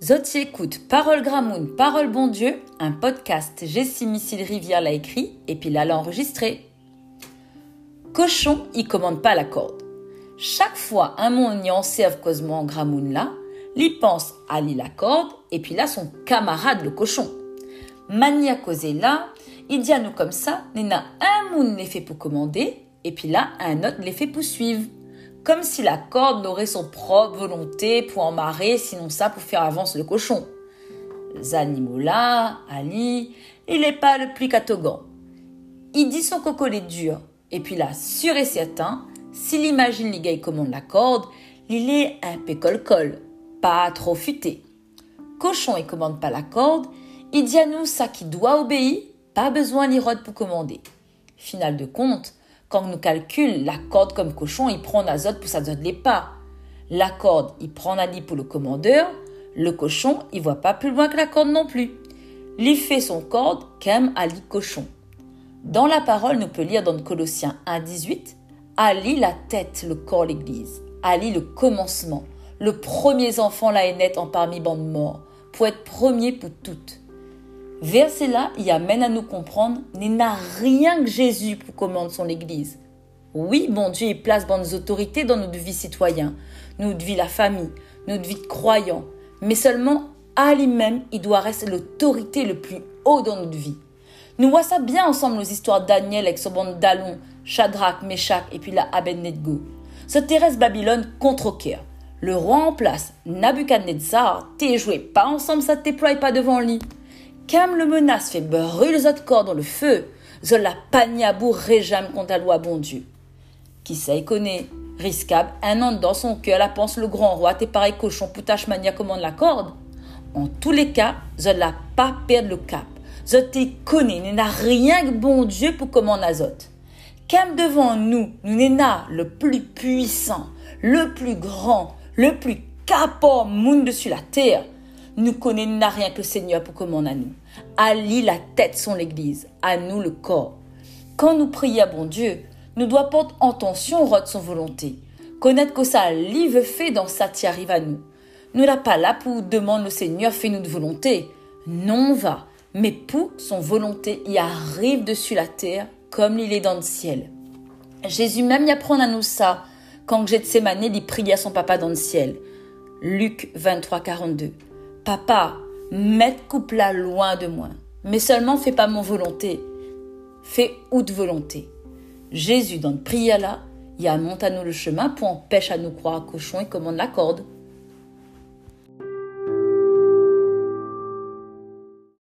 Zoti écoute Parole Gramoun, Parole Bon Dieu, un podcast Jessie Missile Rivière l'a écrit et puis là l'a enregistré. Cochon, il commande pas la corde. Chaque fois un monde y en serve causement en Gramoun là, il pense à lui la corde et puis là son camarade le cochon. Mania causé là, il dit à nous comme ça, n'ena un monde les fait pour commander et puis là un autre les fait pour suivre. Comme si la corde n'aurait son propre volonté pour emmarrer, sinon ça pour faire avancer le cochon. Les animaux là, Ali, il n'est pas le plus catogan. Il dit son cocolet dur, et puis là, sûr et certain, s'il imagine les gars commande la corde, il est un peu col-col, pas trop futé. Cochon il commande pas la corde, il dit à nous ça qui doit obéir, pas besoin l'irode pour commander. Final de compte, quand on nous calcule, la corde comme cochon, il prend l'azote pour s'azote les pas. La corde, il prend la lit pour le commandeur. Le cochon, il voit pas plus loin que la corde non plus. Il fait son corde qu'aime Ali cochon. Dans la parole, nous peut lire dans Colossiens 1,18, Ali la tête, le corps l'église. Ali le commencement, le premier enfant la net en parmi bande morts, pour être premier pour toutes. Verset là, il amène à nous comprendre, il n'a rien que Jésus pour commander son église. Oui, bon Dieu, il place bonnes autorités dans notre vie citoyenne, notre vie la famille, notre vie de croyant. Mais seulement, à lui-même, il doit rester l'autorité le plus haut dans notre vie. Nous voyons ça bien ensemble, nos histoires de Daniel avec son bande d'Alon, Shadrach, Meshach et puis la Abednego. Ce Thérèse Babylone contre au cœur. Le roi en place, Nabucodonosor, t'es joué pas ensemble, ça te déploie pas devant lui. Comme le menace fait brûler les autres corps dans le feu, zol la panie à bout réjame contre la loi bon Dieu. Qui sait connaît, risquable, un an dans son cœur, la pense le grand roi, t'es pareil cochon, poutache mania commande la corde. En tous les cas, zol la pas perdre le cap. Zol t'es connaît, n'a rien que bon Dieu pour commander azote. Comme devant nous n'ena le plus puissant, le plus grand, le plus capable monde dessus la terre. Nous connaissons rien que le Seigneur pour commander à nous. À lui, la tête sont l'église, à nous le corps. Quand nous prions à bon Dieu, nous devons porter attention au de son volonté. Connaître que ça lui veut fait dans ça qui arrive à nous. Nous n'sommes pas là pour demander au Seigneur fais-nous de volonté. Non, on va. Mais pour son volonté, il arrive dessus la terre comme il est dans le ciel. Jésus même y apprend à nous ça quand Gethsémane il prie à son papa dans le ciel. Luc 23, 42. Papa, mette couple là loin de moi, mais seulement fais pas mon volonté, fais haute volonté. Jésus dans le prière là, il monte à nous le chemin pour empêcher à nous croire cochon et commande la corde.